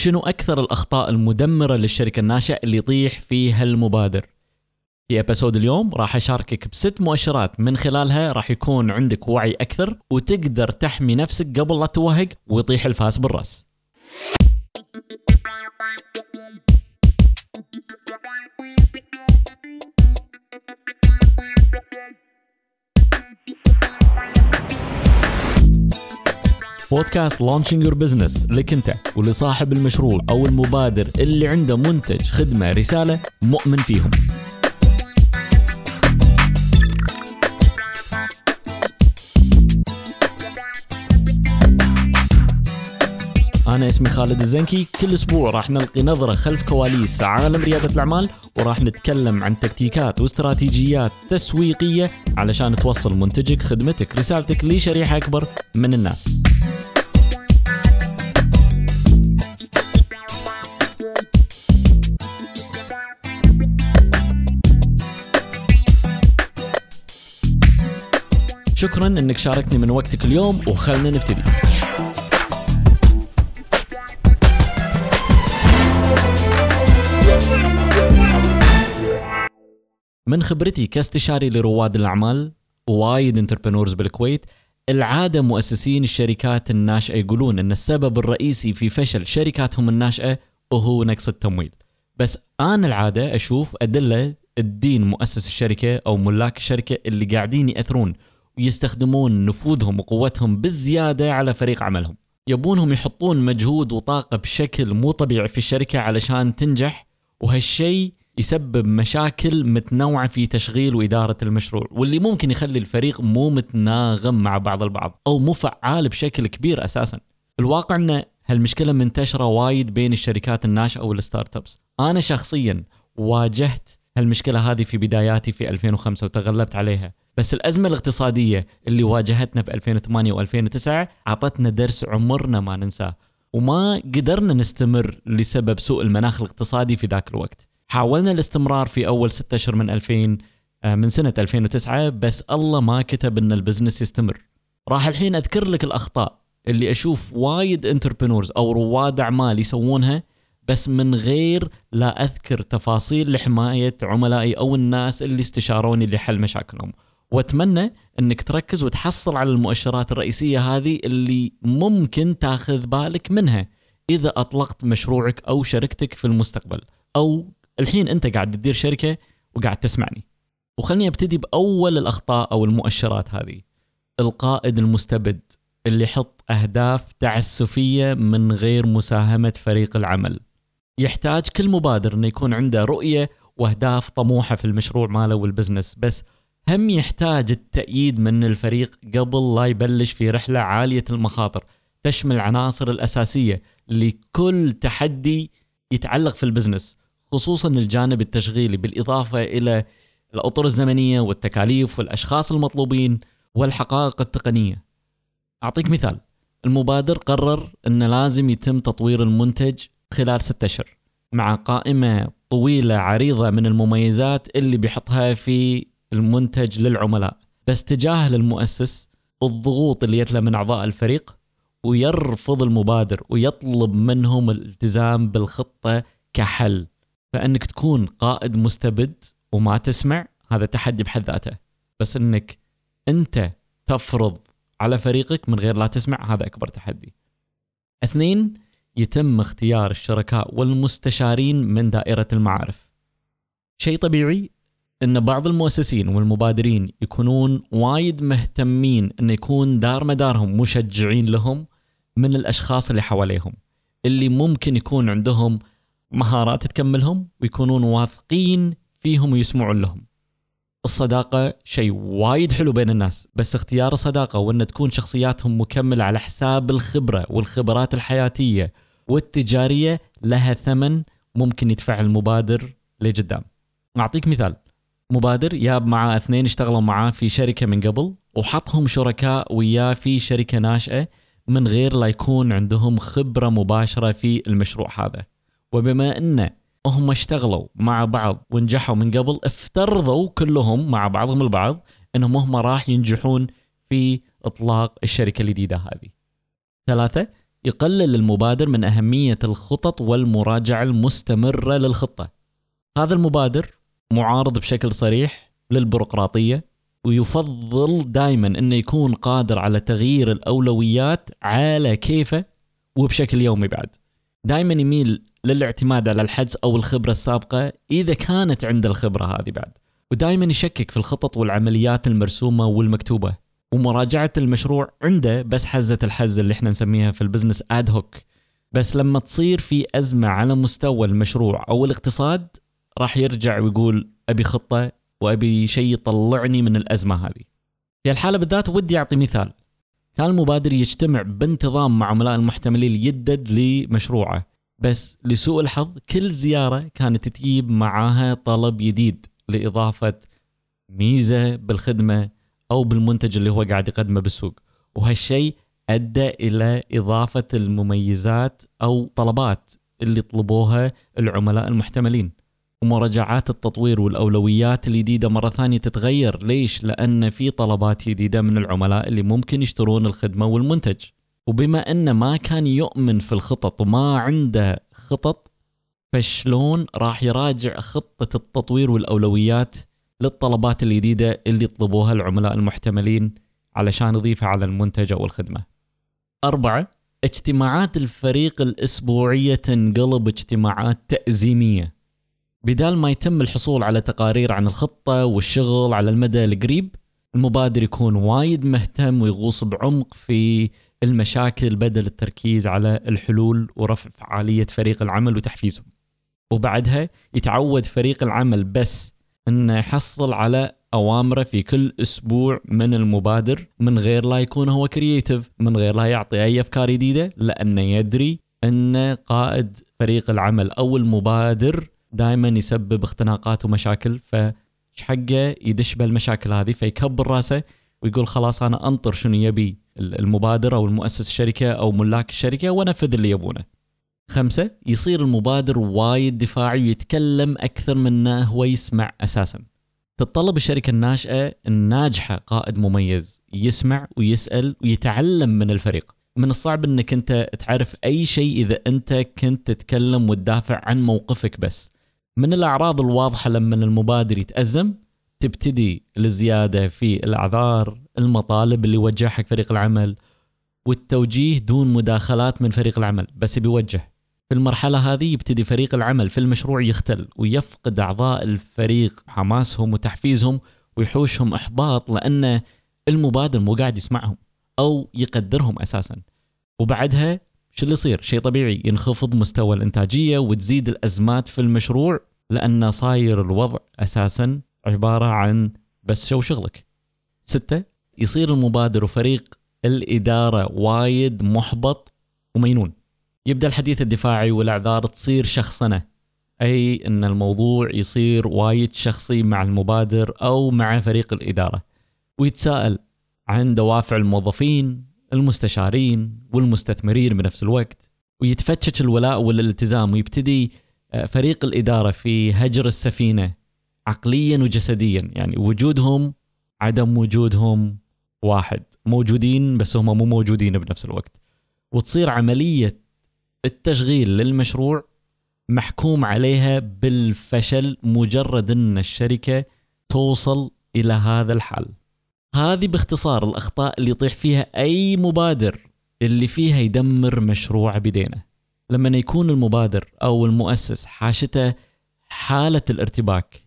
شنو أكثر الأخطاء المدمرة للشركة الناشئة اللي يطيح فيها المبادر؟ في أبيسود اليوم راح أشاركك ب6 مؤشرات من خلالها راح يكون عندك وعي أكثر وتقدر تحمي نفسك قبل لا توهق ويطيح الفاس بالرأس. بودكاست Launching Your Business لك أنت ولصاحب المشروع أو المبادر اللي عنده منتج، خدمة، رسالة مؤمن فيهم. أنا اسمي خالد الزنكي. كل أسبوع راح نلقي نظرة خلف كواليس عالم ريادة الأعمال، وراح نتكلم عن تكتيكات واستراتيجيات تسويقية علشان توصل منتجك، خدمتك، رسالتك لشريحة أكبر من الناس. شكراً أنك شاركتني من وقتك اليوم، وخلنا نبتدي. من خبرتي كاستشاري لرواد الأعمال ووايد انتربرنورز بالكويت، العادة مؤسسين الشركات الناشئة يقولون أن السبب الرئيسي في فشل شركاتهم الناشئة وهو نقص التمويل. بس أنا العادة أشوف أدلة الدين مؤسس الشركة أو ملاك الشركة اللي قاعدين يأثرون ويستخدمون نفوذهم وقوتهم بالزيادة على فريق عملهم. يبونهم يحطون مجهود وطاقة بشكل مو طبيعي في الشركة علشان تنجح، وهالشيء يسبب مشاكل متنوعة في تشغيل وإدارة المشروع، واللي ممكن يخلي الفريق مو متناغم مع بعض البعض أو مو فعال بشكل كبير أساساً. الواقع أن هالمشكلة منتشرة وايد بين الشركات الناشئة والستارت ابس. أنا شخصياً واجهت هالمشكلة هذه في بداياتي في 2005 وتغلبت عليها، بس الأزمة الاقتصادية اللي واجهتنا في 2008 و2009 عطتنا درس عمرنا ما ننساه، وما قدرنا نستمر لسبب سوء المناخ الاقتصادي في ذاك الوقت. حاولنا الاستمرار في أول 6 أشهر من سنة 2009، بس الله ما كتب أن البزنس يستمر. راح الحين أذكر لك الأخطاء اللي أشوف وايد انتربرنورز أو رواد أعمال يسوونها، بس من غير لا أذكر تفاصيل لحماية عملائي أو الناس اللي استشاروني لحل مشاكلهم. وأتمنى أنك تركز وتحصل على المؤشرات الرئيسية هذه اللي ممكن تاخذ بالك منها إذا أطلقت مشروعك أو شركتك في المستقبل، أو الحين أنت قاعد تدير شركة وقاعد تسمعني. وخلني أبتدي بأول الأخطاء أو المؤشرات هذه. القائد المستبد اللي يحط أهداف تعسفية من غير مساهمة فريق العمل. يحتاج كل مبادر أنه يكون عنده رؤية وأهداف طموحة في المشروع ماله والبزنس، بس هم يحتاج التأييد من الفريق قبل لا يبلش في رحلة عالية المخاطر تشمل العناصر الأساسية لكل تحدي يتعلق في البزنس، خصوصا الجانب التشغيلي، بالإضافة إلى الأطر الزمنية والتكاليف والأشخاص المطلوبين والحقائق التقنية. أعطيك مثال. المبادر قرر أن لازم يتم تطوير المنتج خلال 6 أشهر مع قائمة طويلة عريضة من المميزات اللي بيحطها في المنتج للعملاء، بس تجاهل المؤسس الضغوط اللي يتلى من أعضاء الفريق ويرفض المبادر ويطلب منهم الالتزام بالخطة كحل. فأنك تكون قائد مستبد وما تسمع هذا تحدي بحد ذاته، بس أنك أنت تفرض على فريقك من غير لا تسمع هذا أكبر تحدي. 2. يتم اختيار الشركاء والمستشارين من دائرة المعارف. شيء طبيعي أن بعض المؤسسين والمبادرين يكونون وايد مهتمين أن يكون دار مدارهم مشجعين لهم من الأشخاص اللي حواليهم، اللي ممكن يكون عندهم مهارات تكملهم ويكونون واثقين فيهم ويسمعون لهم. الصداقة شيء وايد حلو بين الناس، بس اختيار الصداقة وأن تكون شخصياتهم مكملة على حساب الخبرة والخبرات الحياتية والتجارية لها ثمن ممكن يدفع المبادر لقدام. أعطيك مثال. مبادر ياب مع 2 اشتغلوا معاه في شركة من قبل وحطهم شركاء وياه في شركة ناشئة من غير لا يكون عندهم خبرة مباشرة في المشروع هذا. وبما أن هم اشتغلوا مع بعض ونجحوا من قبل، افترضوا كلهم مع بعضهم البعض أنهم هم راح ينجحون في إطلاق الشركة الجديدة هذه. 3. يقلل المبادر من أهمية الخطط والمراجعة المستمرة للخطة. هذا المبادر معارض بشكل صريح للبيروقراطية، ويفضل دائما أنه يكون قادر على تغيير الأولويات على كيفه وبشكل يومي. بعد دائما يميل للاعتماد على الحدس أو الخبرة السابقة إذا كانت عنده الخبرة هذه بعد، ودائما يشكك في الخطط والعمليات المرسومة والمكتوبة، ومراجعة المشروع عنده بس حزة الحز اللي احنا نسميها في البزنس اد هوك. بس لما تصير في أزمة على مستوى المشروع أو الاقتصاد راح يرجع ويقول أبي خطة وأبي شيء يطلعني من الأزمة هذه. في الحالة بالذات ودي أعطي مثال. كان المبادر يجتمع بانتظام مع عملاء المحتملين يدد لمشروعه، بس لسوء الحظ كل زيارة كانت تجيب معاها طلب جديد لإضافة ميزة بالخدمة أو بالمنتج اللي هو قاعد يقدمه بالسوق، وهالشيء أدى إلى إضافة المميزات أو طلبات اللي طلبوها العملاء المحتملين، ومراجعات التطوير والأولويات الجديدة مرة ثانية تتغير. ليش؟ لأن في طلبات جديدة من العملاء اللي ممكن يشترون الخدمة والمنتج، وبما أنه ما كان يؤمن في الخطط وما عنده خطط، فشلون راح يراجع خطة التطوير والأولويات للطلبات الجديدة اللي يطلبوها العملاء المحتملين علشان يضيفها على المنتج أو الخدمة. 4. اجتماعات الفريق الأسبوعية تنقلب اجتماعات تأزيمية. بدال ما يتم الحصول على تقارير عن الخطة والشغل على المدى القريب، المبادر يكون وايد مهتم ويغوص بعمق في المشاكل بدل التركيز على الحلول ورفع فعالية فريق العمل وتحفيزهم. وبعدها يتعود فريق العمل بس أنه يحصل على أوامره في كل أسبوع من المبادر من غير لا يكون هو كرييتيف، من غير لا يعطي أي أفكار جديدة، لأنه يدري أن قائد فريق العمل أو المبادر دائما يسبب اختناقات ومشاكل، فحقه يدش بالمشاكل هذه، فيكبر راسه ويقول خلاص أنا أنطر شنو يبي المبادر أو المؤسس الشركة أو ملاك الشركة ونفذ اللي يبونه. 5. يصير المبادر وايد دفاعي ويتكلم أكثر من هو يسمع أساسا. تتطلب الشركة الناشئة الناجحة قائد مميز يسمع ويسأل ويتعلم من الفريق. من الصعب أنك أنت تعرف أي شيء إذا أنت كنت تتكلم وتدافع عن موقفك بس. من الأعراض الواضحة لما المبادر يتأزم تبتدي الزيادة في الأعذار، المطالب اللي يوجهها فريق العمل، والتوجيه دون مداخلات من فريق العمل بس بيوجه. في المرحلة هذه يبتدي فريق العمل في المشروع يختل ويفقد أعضاء الفريق حماسهم وتحفيزهم ويحوشهم إحباط، لأن المبادر مو قاعد يسمعهم أو يقدرهم أساسا. وبعدها شو اللي يصير؟ شيء طبيعي، ينخفض مستوى الإنتاجية وتزيد الأزمات في المشروع، لأن صاير الوضع أساسا عبارة عن بس شو شغلك. 6. يصير المبادر وفريق الإدارة وايد محبط ومينون. يبدأ الحديث الدفاعي والأعذار تصير شخصنة، أي أن الموضوع يصير وايد شخصي مع المبادر أو مع فريق الإدارة، ويتساءل عن دوافع الموظفين المستشارين والمستثمرين بنفس الوقت، ويتفتش الولاء والالتزام، ويبتدي فريق الإدارة في هجر السفينة عقليا وجسديا. يعني وجودهم عدم وجودهم واحد، موجودين بس هم مو موجودين بنفس الوقت، وتصير عملية التشغيل للمشروع محكوم عليها بالفشل مجرد أن الشركة توصل إلى هذا الحال. هذه باختصار الأخطاء اللي يطيح فيها أي مبادر اللي فيها يدمر مشروع بدينه. لما يكون المبادر أو المؤسس حاشته حالة الارتباك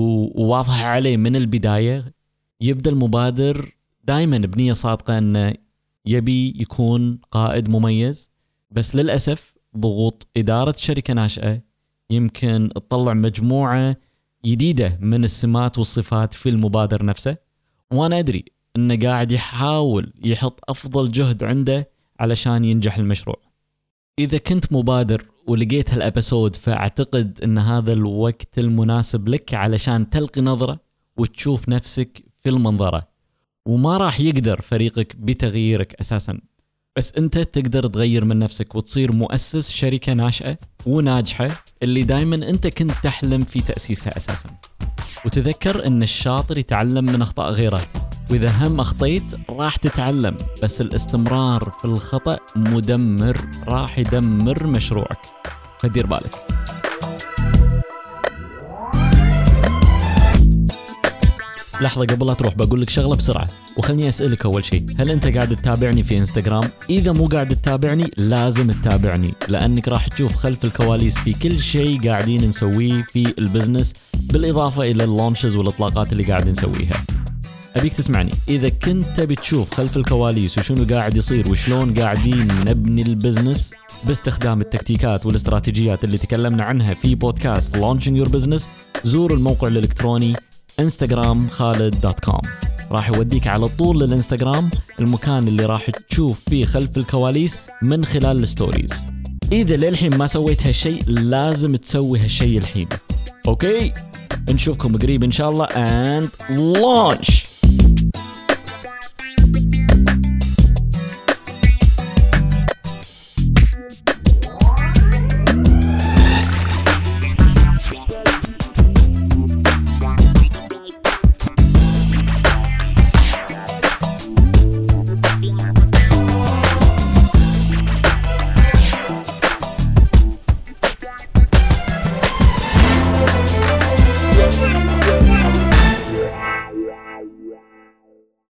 وواضحة عليه من البداية، يبدأ المبادر دائما بنية صادقة أنه يبي يكون قائد مميز، بس للأسف ضغوط إدارة شركة ناشئة يمكن تطلع مجموعة جديدة من السمات والصفات في المبادر نفسه، وأنا أدري أنه قاعد يحاول يحط أفضل جهد عنده علشان ينجح المشروع. إذا كنت مبادر ولقيت هالأبيسود فأعتقد أن هذا الوقت المناسب لك علشان تلقي نظرة وتشوف نفسك في المنظرة، وما راح يقدر فريقك بتغييرك أساساً. بس أنت تقدر تغير من نفسك وتصير مؤسس شركة ناشئة وناجحة اللي دايما أنت كنت تحلم في تأسيسها أساسا. وتذكر أن الشاطر يتعلم من أخطاء غيره، وإذا هم أخطيت راح تتعلم، بس الاستمرار في الخطأ مدمر، راح يدمر مشروعك، فدير بالك. لحظة قبل لا تروح بقول لك شغلة بسرعة، وخلني أسألك أول شيء، هل أنت قاعد تتابعني في إنستغرام؟ إذا مو قاعد تتابعني لازم تتابعني، لأنك راح تشوف خلف الكواليس في كل شيء قاعدين نسويه في البزنس، بالإضافة إلى اللونشز والإطلاقات اللي قاعد نسويها. أبيك تسمعني، إذا كنت تبي تشوف خلف الكواليس وشنو قاعد يصير وشلون قاعدين نبني البزنس باستخدام التكتيكات والاستراتيجيات اللي تكلمنا عنها في بودكاست Launching Your Business، زور الموقع الإلكتروني instagramkhaled.com. راح يوديك على طول للإنستغرام، المكان اللي راح تشوف فيه خلف الكواليس من خلال الستوريز. إذا للحين ما سويت هالشيء لازم تسوي هالشيء الحين. أوكي، نشوفكم قريب إن شاء الله and launch.